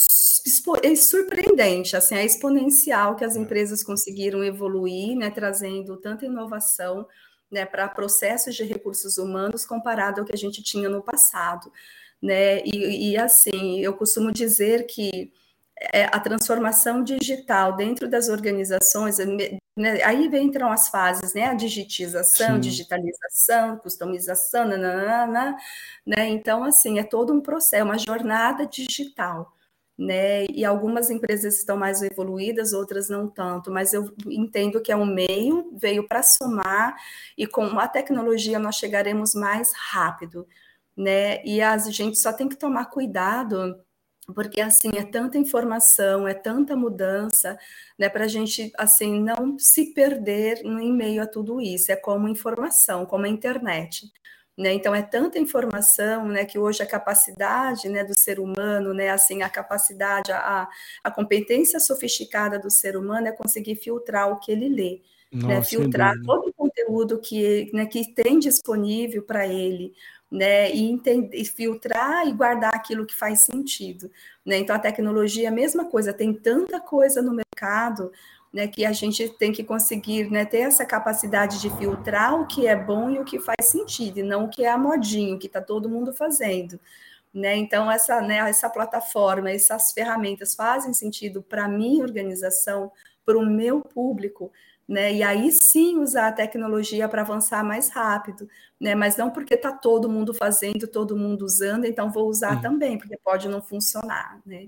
é surpreendente, assim, é exponencial que as É. empresas conseguiram evoluir, né, trazendo tanta inovação, né, para processos de recursos humanos comparado ao que a gente tinha no passado, né, e, e assim, eu costumo dizer que é, a transformação digital dentro das organizações, né, aí entram as fases, né, a digitização, Sim, digitalização, customização, nananana, né, então, assim, é todo um processo, uma jornada digital, né, e algumas empresas estão mais evoluídas, outras não tanto, mas eu entendo que é um meio, veio para somar, e com a tecnologia nós chegaremos mais rápido, né, e a gente só tem que tomar cuidado, porque assim é tanta informação, é tanta mudança, né, para a gente assim não se perder em meio a tudo isso. É como informação, como a internet, né? Então é tanta informação, né, que hoje a capacidade, né, do ser humano, né, assim a capacidade, a, a competência sofisticada do ser humano é conseguir filtrar o que ele lê, né, nossa, sem filtrar dúvida. todo o conteúdo que, né, que tem disponível para ele, né, e, entender, e filtrar e guardar aquilo que faz sentido. Né? Então, a tecnologia é a mesma coisa, tem tanta coisa no mercado, né, que a gente tem que conseguir, né, ter essa capacidade de filtrar o que é bom e o que faz sentido, e não o que é a modinha, o que está todo mundo fazendo. Né? Então, essa, né, essa plataforma, essas ferramentas fazem sentido para a minha organização, para o meu público, né? E aí sim usar a tecnologia para avançar mais rápido, né? Mas não porque está todo mundo fazendo, todo mundo usando, então vou usar Uhum. também, porque pode não funcionar, né?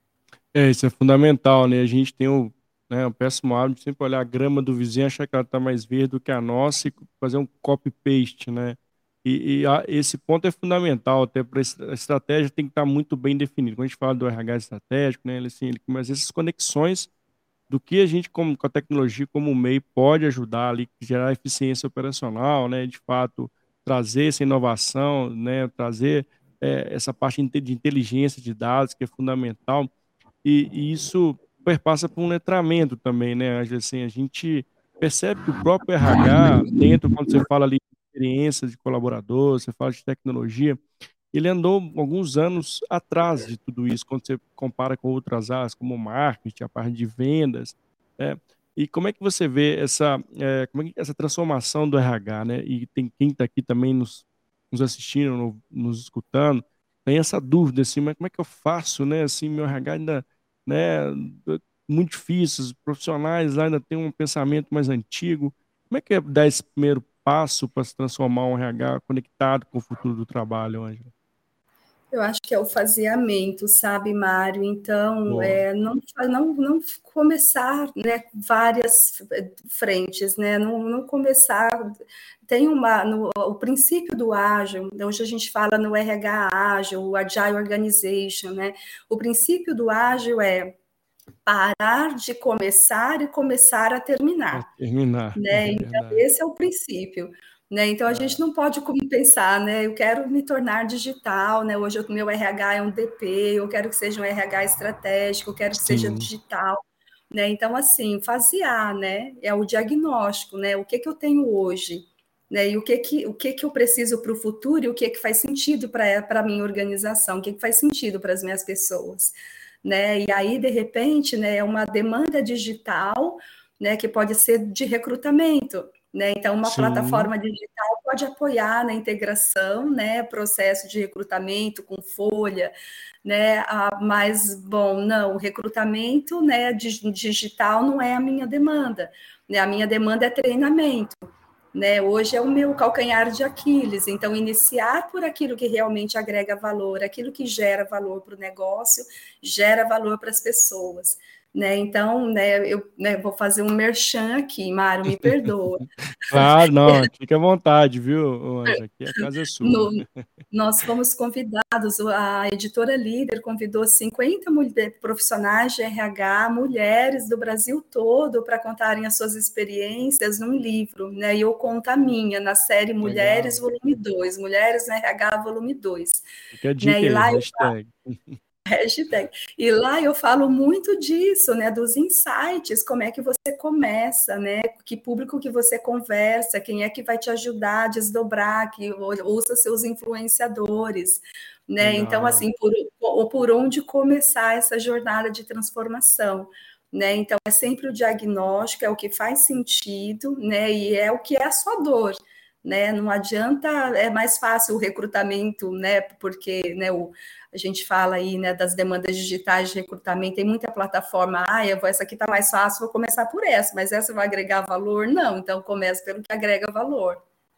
É, isso é fundamental, né? A gente tem o, né, o péssimo hábito de sempre olhar a grama do vizinho, achar que ela está mais verde do que a nossa e fazer um copy-paste, né? E, e a- esse ponto é fundamental, até para a estratégia tem que estar muito bem definida. Quando a gente fala do R H estratégico, né? Ele, assim, ele começa essas conexões do que a gente, como, com a tecnologia como meio, pode ajudar ali, gerar eficiência operacional, né? De fato, trazer essa inovação, né? Trazer eh, essa parte inte- de inteligência de dados, que é fundamental e, e isso perpassa por um letramento também, né, Ângela? Assim, a gente percebe que o próprio R H, dentro, quando você fala ali de experiência de colaborador, você fala de tecnologia, ele andou alguns anos atrás de tudo isso, quando você compara com outras áreas, como o marketing, a parte de vendas, né? E como é que você vê essa, eh, como é que essa transformação do R H, né? E tem quem está aqui também nos, nos assistindo, no- nos escutando, tem essa dúvida assim, mas como é que eu faço, né? Assim, meu R H ainda, né? é Muito difícil, os profissionais lá ainda têm um pensamento mais antigo. Como é que é dar esse primeiro passo para se transformar um R H conectado com o futuro do trabalho, Ângela? Eu acho que é o faseamento, sabe, Mário? Então, Boa. é, não, não, não começar, né, várias frentes, né? Não, não começar. Tem uma. No, o princípio do ágil, hoje a gente fala no R H ágil, o Agile Organization, né? O princípio do ágil é parar de começar e começar a A terminar. terminar, Né? é Então, verdade. esse é o princípio. Né? Então, a gente É, não pode como pensar, né? Eu quero me tornar digital, né? Hoje o meu R H é um D P, eu quero que seja um R H estratégico, eu quero que seja sim, digital, né? Então, assim, fasear, né? É o diagnóstico, né? O que, que eu tenho hoje, né? E o que que, o que, que eu preciso para o futuro e o que, que faz sentido para a minha organização, o que, que faz sentido para as minhas pessoas, né? E aí, de repente, né, é uma demanda digital, né, que pode ser de recrutamento, né? Então, uma sim, plataforma digital pode apoiar na integração, né, processo de recrutamento com folha, né? Ah, mas, bom, não, o recrutamento, né, digital não é a minha demanda, né? A minha demanda é treinamento. Né? Hoje é o meu calcanhar de Aquiles, então iniciar por aquilo que realmente agrega valor, aquilo que gera valor para o negócio, gera valor para as pessoas. Né? Então, né, eu né, vou fazer um merchan aqui, Mário, me perdoa. Claro, não, fica à vontade, viu, Ângela? Aqui a casa é sua. No, nós fomos convidados, a editora Líder convidou cinquenta mulher, profissionais de R H, mulheres do Brasil todo, para contarem as suas experiências num livro, né? E eu conto a minha, na série Mulheres, Legal. volume dois, Mulheres no R H, volume dois. Fica a Né? dica E aí, lá eu hashtag. Hashtag. E lá eu falo muito disso, né? Dos insights, como é que você começa, né? Que público que você conversa, quem é que vai te ajudar a desdobrar, que usa seus influenciadores, né? Então, Legal. assim, por, por onde começar essa jornada de transformação. Né? Então, é sempre o diagnóstico, é o que faz sentido, né? E é o que é a sua dor. Né? Não adianta, é mais fácil o recrutamento, né? Porque né, o, a gente fala aí né, das demandas digitais de recrutamento, tem muita plataforma, ah, eu vou, essa aqui está mais fácil, vou começar por essa, mas essa vai agregar valor? Não, então começa pelo que agrega valor.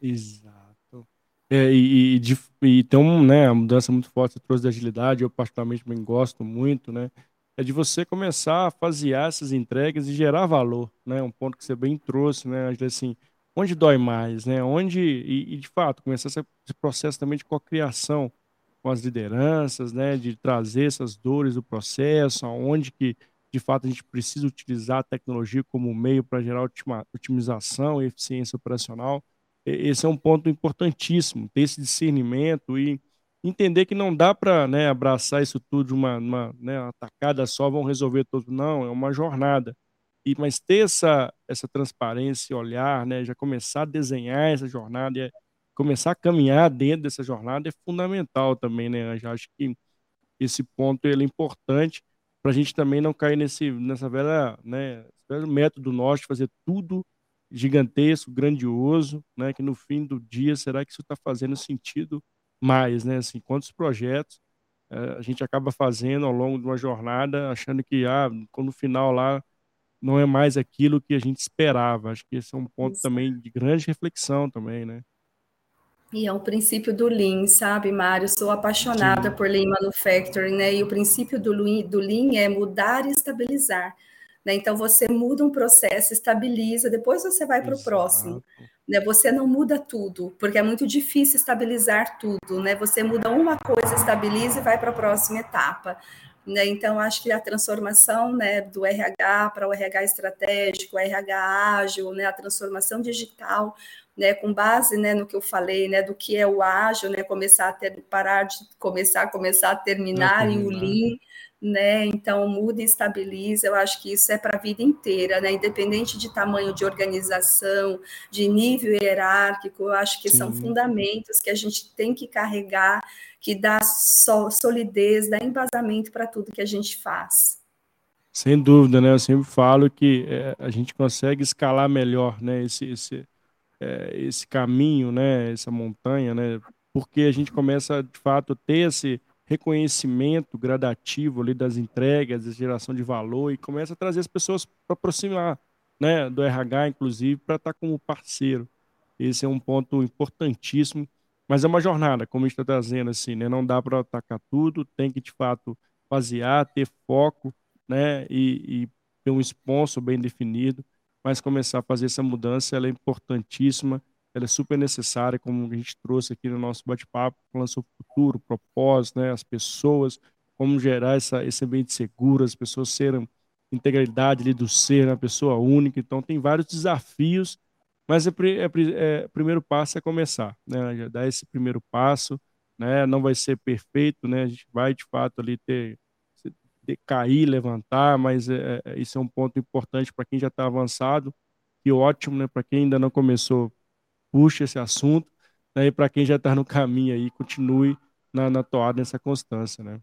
Exato. É, e, e, de- e tem um, né, uma mudança muito forte, você trouxe de agilidade, eu particularmente também gosto muito, né? É de você começar a fasear essas entregas e gerar valor, né? Um ponto que você bem trouxe, né? Angela, assim, onde dói mais, né? Onde, e, e, de fato, começar esse esse processo também de cocriação com as lideranças, né? De trazer essas dores do processo, aonde que, de fato, a gente precisa utilizar a tecnologia como meio para gerar otima, otimização e eficiência operacional. E- Esse é um ponto importantíssimo, ter esse discernimento e entender que não dá para, né, abraçar isso tudo de uma, uma, né, uma tacada só, vão resolver tudo. Não, é uma jornada. E, mas ter essa, essa transparência, e olhar, né, já começar a desenhar essa jornada, e começar a caminhar dentro dessa jornada é fundamental também, né? Eu já acho que esse ponto ele é importante para a gente também não cair nesse, nessa velha, né, esse velho método nosso de fazer tudo gigantesco, grandioso, né, que no fim do dia, será que isso está fazendo sentido mais, né? Assim, quantos projetos eh, a gente acaba fazendo ao longo de uma jornada, achando que ah, quando no final lá não é mais aquilo que a gente esperava. Acho que esse é um ponto Isso. também de grande reflexão também, né? E é o princípio do Lean, sabe, Mário? Sou apaixonada Sim, por Lean Manufacturing, né? E o princípio do Lean, do Lean é mudar e estabilizar. Né? Então, você muda um processo, estabiliza, depois você vai para o próximo. exato. Né? Você não muda tudo, porque é muito difícil estabilizar tudo. Né? Você muda uma coisa, estabiliza e vai para a próxima etapa. Né? Então, acho que a transformação né, do R H para o R H estratégico, o R H ágil, né, a transformação digital, né, com base né, no que eu falei, né, do que é o ágil, né, começar a ter, parar de começar, começar a Para terminar em o terminar. Lean, né, então muda e estabiliza, eu acho que isso é para a vida inteira, né, independente de tamanho de organização, de nível hierárquico, eu acho que são Sim. fundamentos que a gente tem que carregar, que dá so, solidez, dá embasamento para tudo que a gente faz. Sem dúvida, né? Eu sempre falo que eh, a gente consegue escalar melhor, né? Esse, esse, eh, esse caminho, né? Essa montanha, né? Porque a gente começa, de fato, a ter esse reconhecimento gradativo ali das entregas, da geração de valor e começa a trazer as pessoas para aproximar, né? Do R H, inclusive, para estar como parceiro. Esse é um ponto importantíssimo, mas é uma jornada, como a gente está trazendo, assim, né? Não dá para atacar tudo, tem que, de fato, basear, ter foco, né? E, e ter um sponsor bem definido, mas começar a fazer essa mudança, ela é importantíssima, ela é super necessária, como a gente trouxe aqui no nosso bate-papo, falando sobre o futuro, o propósito, né? As pessoas, como gerar essa, esse ambiente seguro, as pessoas serem integralidade ali do ser, uma pessoa única. Então, tem vários desafios, mas é, pri- é, pri- é, o primeiro passo é começar, né? Já dar esse primeiro passo, né? Não vai ser perfeito, né? A gente vai, de fato, ali ter de cair, levantar, mas é, é, isso é um ponto importante para quem já está avançado, e ótimo, né? Para quem ainda não começou, puxa esse assunto, né? E para quem já está no caminho aí, continue na, na toada, nessa constância, né?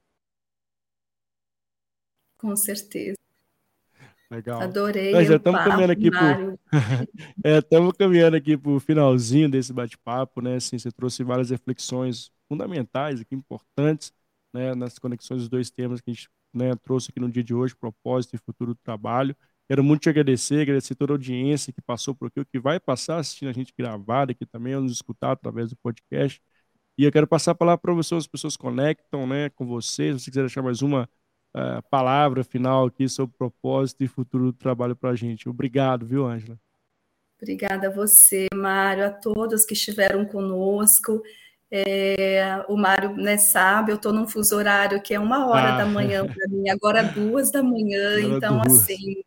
Com certeza. Legal. Adorei Nós já o estamos caminhando papo, aqui por Mário. é, estamos caminhando aqui para o finalzinho desse bate-papo, né? Assim, você trouxe várias reflexões fundamentais aqui, importantes, né? Nas conexões dos dois temas que a gente, né, trouxe aqui no dia de hoje, propósito e futuro do trabalho. Quero muito te agradecer, agradecer toda a audiência que passou por aqui, o que vai passar assistindo a gente gravado aqui também, ou nos escutar através do podcast. E eu quero passar a palavra para você, as pessoas conectam, né, com você. Se você quiser deixar mais uma uh, palavra final aqui sobre propósito e futuro do trabalho para a gente. Obrigado, viu, Ângela? Obrigada a você, Mário, a todos que estiveram conosco. É, o Mário, né, sabe, eu estou num fuso horário que é uma hora Ah. da manhã para mim, agora é duas da manhã, Agora então, duas. assim,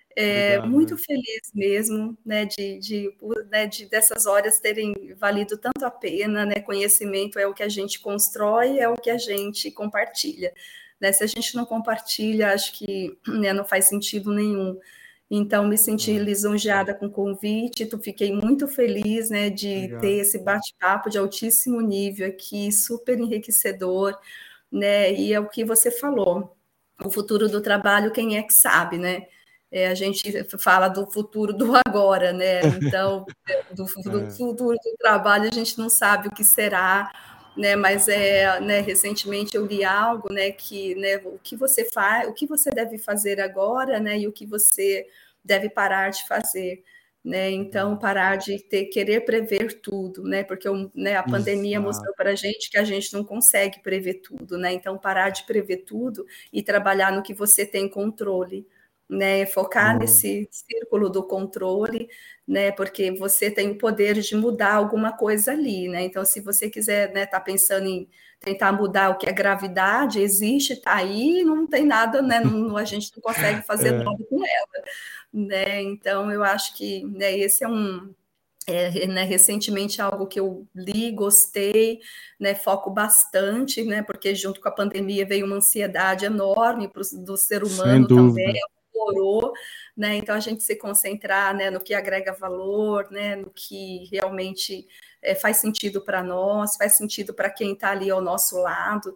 é, Obrigado, muito Ângela. feliz mesmo, né, de, de, né, de dessas horas terem valido tanto a pena, né, conhecimento é o que a gente constrói, é o que a gente compartilha, né, se a gente não compartilha, acho que, né, não faz sentido nenhum. Então, me senti É. lisonjeada com o convite, fiquei muito feliz, né, de Obrigado. ter esse bate-papo de altíssimo nível aqui, super enriquecedor, né, e é o que você falou, o futuro do trabalho, quem é que sabe, né? É, a gente fala do futuro do agora, né? Então, do, do É. futuro do trabalho, a gente não sabe o que será, né? Mas é, né, recentemente eu li algo, né, que, né, o que você faz, o que você deve fazer agora, né, e o que você deve parar de fazer, né? Então, parar de ter, querer prever tudo, né? Porque né, a pandemia Exato. mostrou para a gente que a gente não consegue prever tudo, né? Então, parar de prever tudo e trabalhar no que você tem controle, né? Focar Boa. nesse círculo do controle, né? Porque você tem o poder de mudar alguma coisa ali, né? Então, se você quiser, né, tá pensando em tentar mudar o que é gravidade, existe, tá aí, não tem nada, né? Não, a gente não consegue fazer É. nada com ela, né? Então, eu acho que, né, esse é um É, né, recentemente algo que eu li, gostei, né, foco bastante, né, porque junto com a pandemia veio uma ansiedade enorme pro, do ser Sem humano também, dúvida. aflorou, né, então a gente se concentrar, né, no que agrega valor, né, no que realmente é, faz sentido para nós, faz sentido para quem está ali ao nosso lado,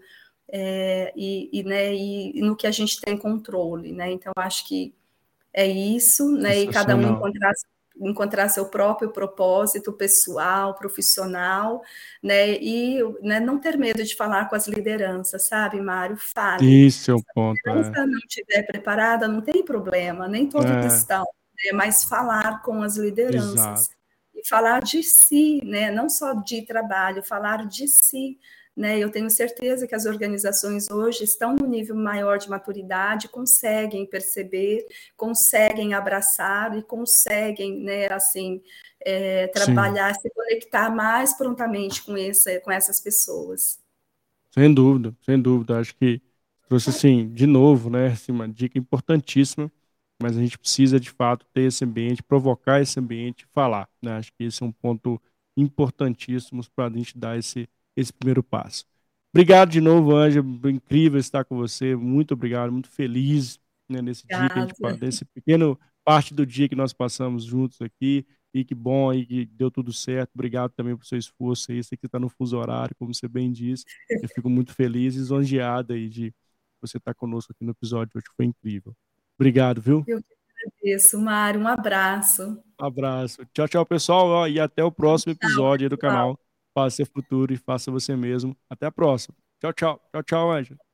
é, e, e, né, e, e no que a gente tem controle, né, então acho que é isso, né, e cada um Sensacional. encontrar encontrar seu próprio propósito pessoal, profissional, né? E né, não ter medo de falar com as lideranças, sabe, Mário? Fale. Isso é o Se ponto, a é. liderança não estiver preparada, não tem problema, nem todos É. estão, né? Mas falar com as lideranças. Exato. E falar de si, né? Não só de trabalho, falar de si. Né, eu tenho certeza que as organizações hoje estão no nível maior de maturidade, conseguem perceber, conseguem abraçar e conseguem, né, assim, é, trabalhar, Sim. se conectar mais prontamente com, esse, com essas pessoas. Sem dúvida, sem dúvida. Acho que trouxe, assim, de novo, né, assim, uma dica importantíssima, mas a gente precisa, de fato, ter esse ambiente, provocar esse ambiente e falar, né? Acho que esse é um ponto importantíssimo para a gente dar esse, esse primeiro passo. Obrigado de novo, Ângela. Incrível estar com você. Muito obrigado, muito feliz, né, nesse dia que a gente, Obrigada. nesse pequeno parte do dia que nós passamos juntos aqui. E que bom aí que deu tudo certo. Obrigado também por seu esforço aí. Sei que está no fuso horário, como você bem disse. Eu fico muito feliz e lisonjeado aí de você estar conosco aqui no episódio de hoje. Foi incrível. Obrigado, viu? Eu que agradeço, Mário. Um abraço. Abraço. Tchau, tchau, pessoal. Ó, e até o próximo Tchau, episódio aí do pessoal. canal Faça Seu Futuro e Faça Você Mesmo. Até a próxima. Tchau, tchau. Tchau, tchau, Ângela.